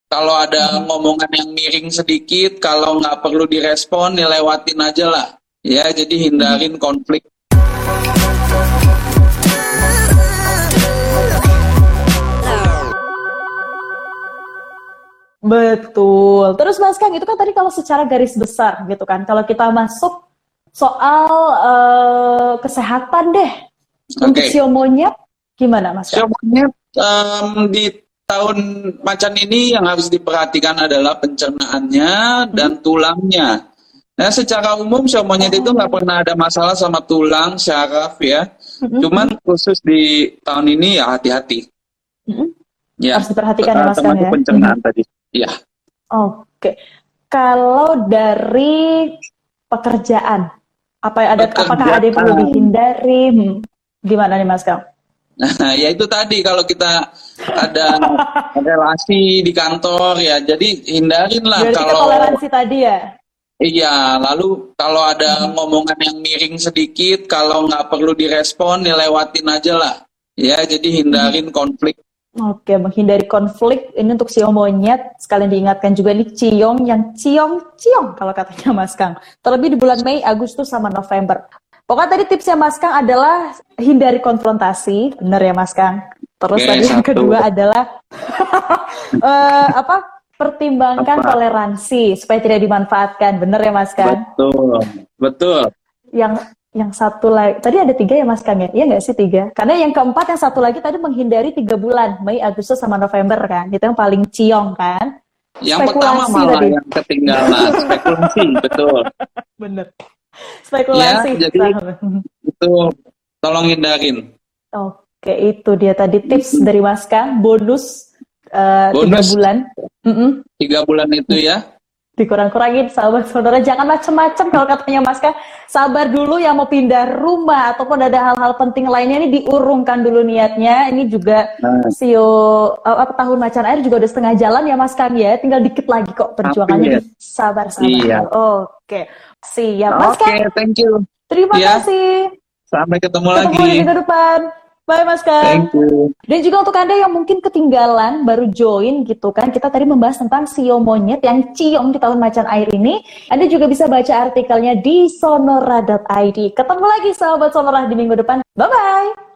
Kalau ada ngomongan yang miring sedikit, kalau nggak perlu direspon, ya lewatin aja lah. Ya, jadi hindarin konflik. Betul. Terus Mas Kang, itu kan tadi kalau secara garis besar gitu kan. Kalau kita masuk soal kesehatan deh. Untuk Oke. sio monyet, gimana Mas Kang? Sio monyet di tahun macan ini yang harus diperhatikan adalah pencernaannya dan tulangnya. Nah, secara umum sio monyet itu nggak pernah ada masalah sama tulang, syaraf ya. Cuman khusus di tahun ini ya hati-hati. Ya, Harus diperhatikan ya Mas Kang termasuk ya. pencernaan tadi. Ya. Oke. Kalau dari pekerjaan, apakah ada yang perlu dihindari? Gimana nih Mas Kang? Nah, ya itu tadi kalau kita ada relasi di kantor ya, jadi hindarin lah. Berarti kalau toleransi tadi ya? Iya, lalu kalau ada ngomongan yang miring sedikit, kalau nggak perlu direspon, ya lewatin aja lah. Ya, jadi hindarin konflik. Oke, menghindari konflik ini untuk sio monyet. Sekalian diingatkan juga nih ciong yang ciong kalau katanya Mas Kang. Terlebih di bulan Mei, Agustus sama November. Pokoknya tadi tipsnya Mas Kang adalah hindari konfrontasi, bener ya Mas Kang. Terus tadi yang kedua adalah pertimbangkan toleransi supaya tidak dimanfaatkan, bener ya Mas Kang? Betul. Yang satu lagi, tadi ada 3 ya Mas Kang ya? Iya nggak sih 3? Karena yang keempat, yang satu lagi tadi menghindari 3 bulan, Mei, Agustus, sama November kan? Itu yang paling ciong kan? Yang pertama malah tadi yang ketinggalan, spekulasi, betul. Bener. Spekulasi. Ya, jadi itu tolong hindarin. Oke, itu dia tadi tips dari Mas Kang, bonus 3 bulan. 3 bulan itu ya. Dikurang-kurangin sahabat-saudara, jangan macem-macem kalau katanya Mas Kang. Sabar dulu yang mau pindah rumah ataupun ada hal-hal penting lainnya, ini diurungkan dulu niatnya. Ini juga tahun macan air juga udah setengah jalan ya Mas Kang ya. Tinggal dikit lagi kok perjuangannya. Sabar. Iya. Oke. Siap Mas Kang. Oke, thank you. Terima kasih. Sampai ketemu lagi. Ketemu di minggu depan. Bye Mas Kang. Thank you. Dan juga untuk Anda yang mungkin ketinggalan baru join gitu kan, kita tadi membahas tentang sio monyet yang ciong di tahun macan air ini. Anda juga bisa baca artikelnya di sonora.id. Ketemu lagi sahabat Sonora di minggu depan. Bye bye.